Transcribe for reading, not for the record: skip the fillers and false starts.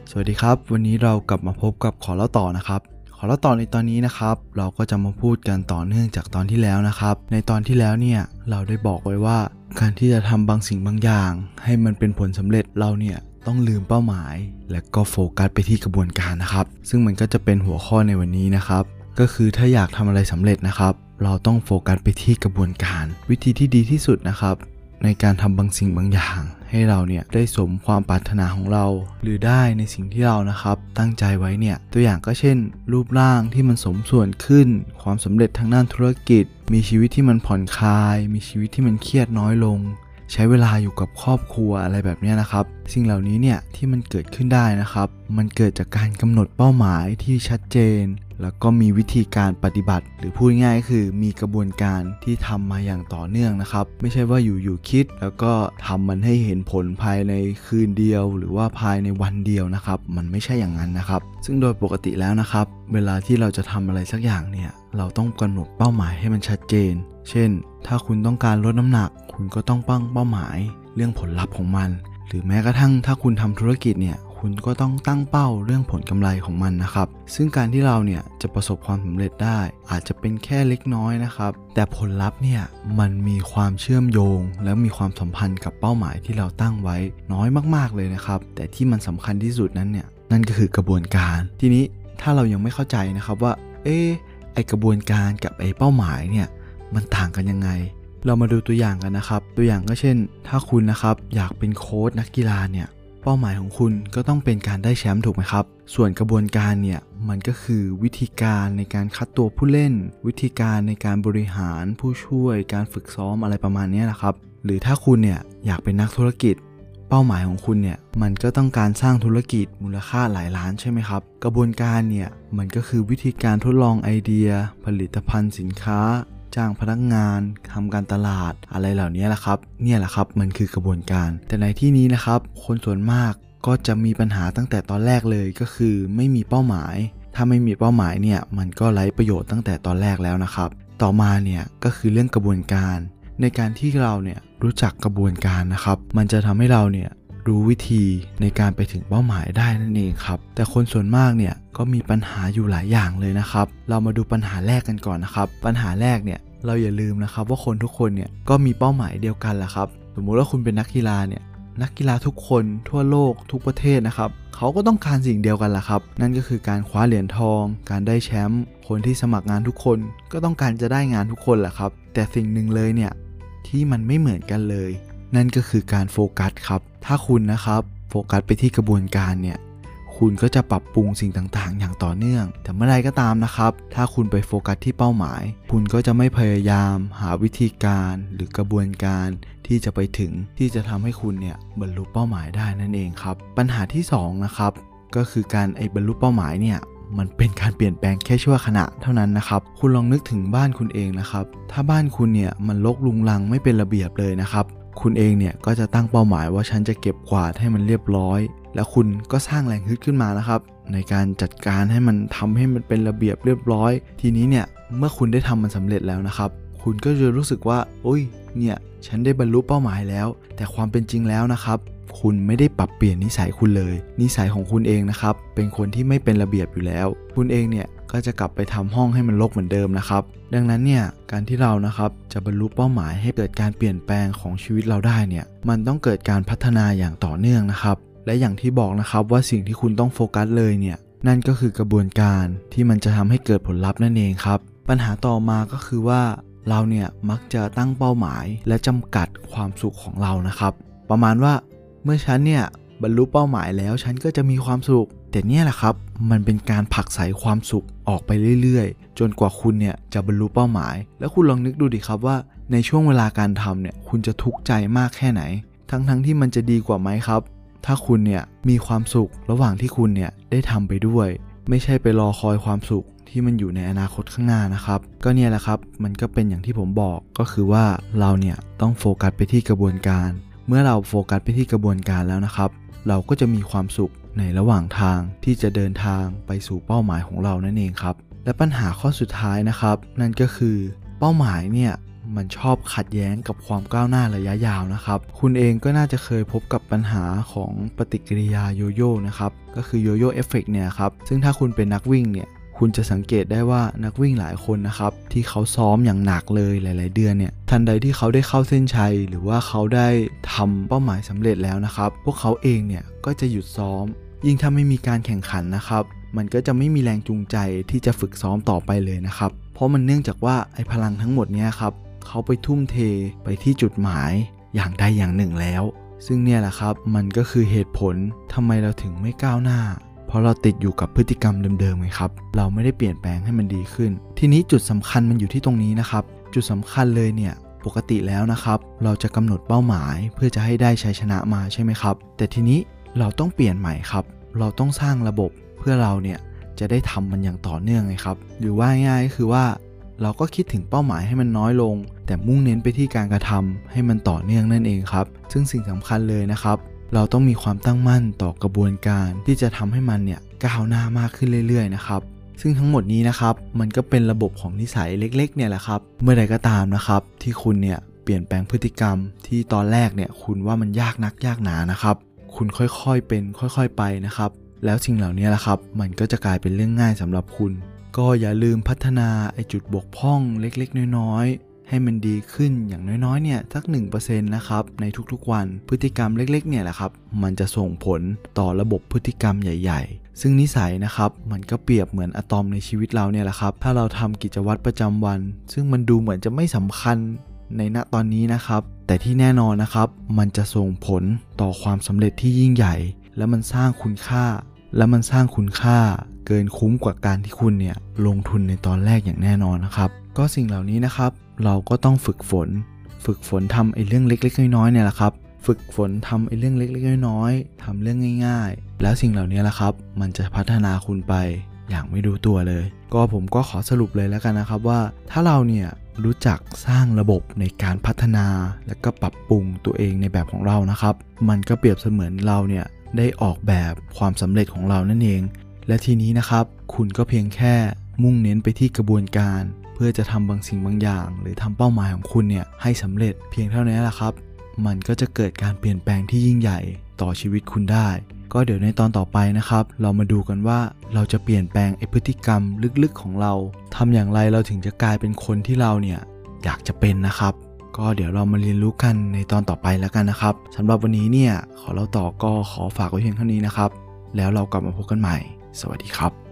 สวัสดีครับวันนี้เรากลับมาพบกับขอเล่าต่อนะครับขอเล่าต่อในตอนนี้นะครับเราก็จะมาพูดกันต่อเนื่องจากตอนที่แล้วนะครับในตอนที่แล้วเนี่ยเราได้บอกไว้ว่าการที่จะทำบางสิ่งบางอย่างให้มันเป็นผลสำเร็จเราเนี่ยต้องลืมเป้าหมายและก็โฟกัสไปที่กระบวนการนะครับซึ่งมันก็จะเป็นหัวข้อในวันนี้นะครับก็คือถ้าอยากทำอะไรสำเร็จนะครับเราต้องโฟกัสไปที่กระบวนการวิธีที่ดีที่สุดนะครับในการทำบางสิ่งบางอย่างให้เราเนี่ยได้สมความปรารถนาของเราหรือได้ในสิ่งที่เรานะครับตั้งใจไว้เนี่ยตัวอย่างก็เช่นรูปร่างที่มันสมส่วนขึ้นความสำเร็จทางด้านธุรกิจมีชีวิตที่มันผ่อนคลายมีชีวิตที่มันเครียดน้อยลงใช้เวลาอยู่กับครอบครัวอะไรแบบนี้นะครับสิ่งเหล่านี้เนี่ยที่มันเกิดขึ้นได้นะครับมันเกิดจากการกำหนดเป้าหมายที่ชัดเจนแล้วก็มีวิธีการปฏิบัติหรือพูดง่ายๆคือมีกระบวนการที่ทำมาอย่างต่อเนื่องนะครับไม่ใช่ว่าอยู่คิดแล้วก็ทำมันให้เห็นผลภายในคืนเดียวหรือว่าภายในวันเดียวนะครับมันไม่ใช่อย่างนั้นนะครับซึ่งโดยปกติแล้วนะครับเวลาที่เราจะทำอะไรสักอย่างเนี่ยเราต้องกำหนดเป้าหมายให้มันชัดเจนเช่นถ้าคุณต้องการลดน้ำหนักคุณก็ต้องตั้งเป้าหมายเรื่องผลลัพธ์ของมันหรือแม้กระทั่งถ้าคุณทำธุรกิจเนี่ยคุณก็ต้องตั้งเป้าเรื่องผลกำไรของมันนะครับซึ่งการที่เราเนี่ยจะประสบความสำเร็จได้อาจจะเป็นแค่เล็กน้อยนะครับแต่ผลลัพธ์เนี่ยมันมีความเชื่อมโยงและมีความสัมพันธ์กับเป้าหมายที่เราตั้งไว้น้อยมากๆเลยนะครับแต่ที่มันสำคัญที่สุดนั้นเนี่ยนั่นก็คือกระบวนการทีนี้ถ้าเรายังไม่เข้าใจนะครับว่าไอกระบวนการกับไอเป้าหมายเนี่ยมันต่างกันยังไงเรามาดูตัวอย่างกันนะครับตัวอย่างก็เช่นถ้าคุณนะครับอยากเป็นโค้ชนักกีฬาเนี่ยเป้าหมายของคุณก็ต้องเป็นการได้แชมป์ถูกไหมครับส่วนกระบวนการเนี่ยมันก็คือวิธีการในการคัดตัวผู้เล่นวิธีการในการบริหารผู้ช่วยการฝึกซ้อมอะไรประมาณนี้นะครับหรือถ้าคุณเนี่ยอยากเป็นนักธุรกิจเป้าหมายของคุณเนี่ยมันก็ต้องการสร้างธุรกิจมูลค่าหลายล้านใช่ไหมครับกระบวนการเนี่ยมันก็คือวิธีการทดลองไอเดียผลิตภัณฑ์สินค้าจ้างพนักงานทำการตลาดอะไรเหล่านี้แหละครับเนี่ยแหละครับมันคือกระบวนการแต่ในที่นี้นะครับคนส่วนมากก็จะมีปัญหาตั้งแต่ตอนแรกเลยก็คือไม่มีเป้าหมายถ้าไม่มีเป้าหมายเนี่ยมันก็ไร้ประโยชน์ตั้งแต่ตอนแรกแล้วนะครับต่อมาเนี่ยก็คือเรื่องกระบวนการในการที่เราเนี่ยรู้จักกระบวนการนะครับมันจะทำให้เราเนี่ยรู้วิธีในการไปถึงเป้าหมายได้นั่นเองครับแต่คนส่วนมากเนี่ยก็มีปัญหาอยู่หลายอย่างเลยนะครับเรามาดูปัญหาแรกกันก่อนนะครับปัญหาแรกเนี่ยเราอย่าลืมนะครับว่าคนทุกคนเนี่ยก็มีเป้าหมายเดียวกันแหละครับสมมุติว่าคุณเป็นนักกีฬาเนี่ยนักกีฬาทุกคนทั่วโลกทุกประเทศนะครับเขาก็ต้องการสิ่งเดียวกันแหละครับนั่นก็คือการคว้าเหรียญทองการได้แชมป์คนที่สมัครงานทุกคนก็ต้องการจะได้งานทุกคนแหละครับแต่สิ่งหนึ่งเลยเนี่ยที่มันไม่เหมือนกันเลยนั่นก็คือการโฟกัสครับถ้าคุณนะครับโฟกัสไปที่กระบวนการเนี่ยคุณก็จะปรับปรุงสิ่งต่างๆอย่างต่อเนื่องแต่เมื่อไรก็ตามนะครับถ้าคุณไปโฟกัสที่เป้าหมายคุณก็จะไม่พยายามหาวิธีการหรือกระบวนการที่จะไปถึงที่จะทำให้คุณเนี่ยบรรลุเป้าหมายได้นั่นเองครับปัญหาที่2นะครับก็คือการบรรลุเป้าหมายเนี่ยมันเป็นการเปลี่ยนแปลงแค่ชั่วขณะเท่านั้นนะครับคุณลองนึกถึงบ้านคุณเองนะครับถ้าบ้านคุณเนี่ยมันรกรุงรังไม่เป็นระเบียบเลยนะครับคุณเองเนี่ยก็จะตั้งเป้าหมายว่าฉันจะเก็บกวาดให้มันเรียบร้อยแล้วคุณก็สร้างแรงฮึดขึ้นมานะครับในการจัดการให้มันทำให้มันเป็นระเบียบเรียบร้อยทีนี้เนี่ยเมื่อคุณได้ทำมันสำเร็จแล้วนะครับคุณก็จะรู้สึกว่าโอ้ยเนี่ยฉันได้บรรลุเป้าหมายแล้วแต่ความเป็นจริงแล้วนะครับคุณไม่ได้ปรับเปลี่ยนนิสัยคุณเลยนิสัยของคุณเองนะครับเป็นคนที่ไม่เป็นระเบียบอยู่แล้วคุณเองเนี่ยก็จะกลับไปทำห้องให้มันรกเหมือนเดิมนะครับดังนั้นเนี่ยการที่เรานะครับจะบรรลุเป้าหมายให้เกิดการเปลี่ยนแปลงของชีวิตเราได้เนี่ยมันต้องเกิดการพัฒนาอย่างต่อเนื่องนะครับและอย่างที่บอกนะครับว่าสิ่งที่คุณต้องโฟกัสเลยเนี่ยนั่นก็คือกระบวนการที่มันจะทำให้เกิดผลลัพธ์นั่นเองครับปัญหาต่อมาก็คือว่าเราเนี่ยมักจะตั้งเป้าหมายและจำกัดความสุขของเรานะครับประมาณว่าเมื่อฉันเนี่ยบรรลุเป้าหมายแล้วฉันก็จะมีความสุขแต่เนี่ยแหละครับมันเป็นการผลักไสความสุขออกไปเรื่อยๆจนกว่าคุณเนี่ยจะบรรลุเป้าหมายแล้วคุณลองนึกดูดิครับว่าในช่วงเวลาการทำเนี่ยคุณจะทุกข์ใจมากแค่ไหนทั้งที่มันจะดีกว่าไหมครับถ้าคุณเนี่ยมีความสุขระหว่างที่คุณเนี่ยได้ทำไปด้วยไม่ใช่ไปรอคอยความสุขที่มันอยู่ในอนาคตข้างหน้านะครับก็เนี่ยแหละครับมันก็เป็นอย่างที่ผมบอกก็คือว่าเราเนี่ยต้องโฟกัสไปที่กระบวนการเมื่อเราโฟกัสไปที่กระบวนการแล้วนะครับเราก็จะมีความสุขในระหว่างทางที่จะเดินทางไปสู่เป้าหมายของเรานั่นเองครับและปัญหาข้อสุดท้ายนะครับนั่นก็คือเป้าหมายเนี่ยมันชอบขัดแย้งกับความก้าวหน้าระยะยาวนะครับคุณเองก็น่าจะเคยพบกับปัญหาของปฏิกิริยาโยโย่นะครับก็คือโยโย่เอฟเฟกต์เนี่ยครับซึ่งถ้าคุณเป็นนักวิ่งเนี่ยคุณจะสังเกตได้ว่านักวิ่งหลายคนนะครับที่เขาซ้อมอย่างหนักเลยหลายๆเดือนเนี่ยทันใดที่เขาได้เข้าเส้นชัยหรือว่าเขาได้ทำเป้าหมายสำเร็จแล้วนะครับพวกเขาเองเนี่ยก็จะหยุดซ้อมยิ่งถ้าไม่มีการแข่งขันนะครับมันก็จะไม่มีแรงจูงใจที่จะฝึกซ้อมต่อไปเลยนะครับเพราะมันเนื่องจากว่าไอ้พลังทั้งหมดเนี่ยครับเขาไปทุ่มเทไปที่จุดหมายอย่างใดอย่างหนึ่งแล้วซึ่งเนี่ยแหละครับมันก็คือเหตุผลทำไมเราถึงไม่ก้าวหน้าเพราะเราติดอยู่กับพฤติกรรมเดิมๆไงครับเราไม่ได้เปลี่ยนแปลงให้มันดีขึ้นทีนี้จุดสำคัญมันอยู่ที่ตรงนี้นะครับจุดสำคัญเลยเนี่ยปกติแล้วนะครับเราจะกำหนดเป้าหมายเพื่อจะให้ได้ชัยชนะมาใช่ไหมครับแต่ทีนี้เราต้องเปลี่ยนใหม่ครับเราต้องสร้างระบบเพื่อเราเนี่ยจะได้ทำมันอย่างต่อเนื่องไงครับหรือว่าง่ายๆก็คือว่าเราก็คิดถึงเป้าหมายให้มันน้อยลงแต่มุ่งเน้นไปที่การกระทำให้มันต่อเนื่องนั่นเองครับซึ่งสิ่งสำคัญเลยนะครับเราต้องมีความตั้งมั่นต่อกระบวนการที่จะทำให้มันเนี่ยก้าวหน้ามากขึ้นเรื่อยๆนะครับซึ่งทั้งหมดนี้นะครับมันก็เป็นระบบของนิสัยเล็กๆเนี่ยแหละครับเมื่อใดก็ตามนะครับที่คุณเนี่ยเปลี่ยนแปลงพฤติกรรมที่ตอนแรกเนี่ยคุณว่ามันยากนักยากหนานะครับคุณค่อยๆเป็นค่อยๆไปนะครับแล้วสิ่งเหล่านี้แหละครับมันก็จะกลายเป็นเรื่องง่ายสำหรับคุณก็อย่าลืมพัฒนาไอ้จุดบกพร่องเล็กๆน้อยๆให้มันดีขึ้นอย่างน้อยๆเนี่ยสัก 1% นะครับในทุกๆวันพฤติกรรมเล็กๆเนี่ยแหละครับมันจะส่งผลต่อระบบพฤติกรรมใหญ่ๆซึ่งนิสัยนะครับมันก็เปรียบเหมือนอะตอมในชีวิตเราเนี่ยแหละครับถ้าเราทำกิจวัตรประจำวันซึ่งมันดูเหมือนจะไม่สำคัญในณตอนนี้นะครับแต่ที่แน่นอนนะครับมันจะส่งผลต่อความสำเร็จที่ยิ่งใหญ่และมันสร้างคุณค่าเกินคุ้มกว่าการที่คุณเนี่ยลงทุนในตอนแรกอย่างแน่นอนนะครับก็สิ่งเหล่านี้นะครับเราก็ต้องฝึกฝนทำไอ้เรื่องเล็กๆน้อยๆเนี่ยแหละครับฝึกฝนทำไอ้เรื่องเล็กๆน้อยๆทำเรื่องง่ายๆแล้วสิ่งเหล่านี้แหละครับมันจะพัฒนาคุณไปอย่างไม่รู้ตัวเลยก็ผมก็ขอสรุปเลยแล้วกันนะครับว่าถ้าเราเนี่ยรู้จักสร้างระบบในการพัฒนาและก็ปรับปรุงตัวเองในแบบของเรานะครับมันก็เปรียบเสมือนเราเนี่ยได้ออกแบบความสำเร็จของเรานั่นเองและทีนี้นะครับคุณก็เพียงแค่มุ่งเน้นไปที่กระบวนการเพื่อจะทำบางสิ่งบางอย่างหรือทำเป้าหมายของคุณเนี่ยให้สำเร็จเพียงเท่านี้แหละครับมันก็จะเกิดการเปลี่ยนแปลงที่ยิ่งใหญ่ต่อชีวิตคุณได้ก็เดี๋ยวในตอนต่อไปนะครับเรามาดูกันว่าเราจะเปลี่ยนแปลงพฤติกรรมลึกๆของเราทำอย่างไรเราถึงจะกลายเป็นคนที่เราเนี่ยอยากจะเป็นนะครับก็เดี๋ยวเรามาเรียนรู้กันในตอนต่อไปแล้วกันนะครับสำหรับวันนี้เนี่ยขอเล่าต่อก็ขอฝากไว้เพียงเท่านี้นะครับแล้วเรากลับมาพบกันใหม่สวัสดีครับ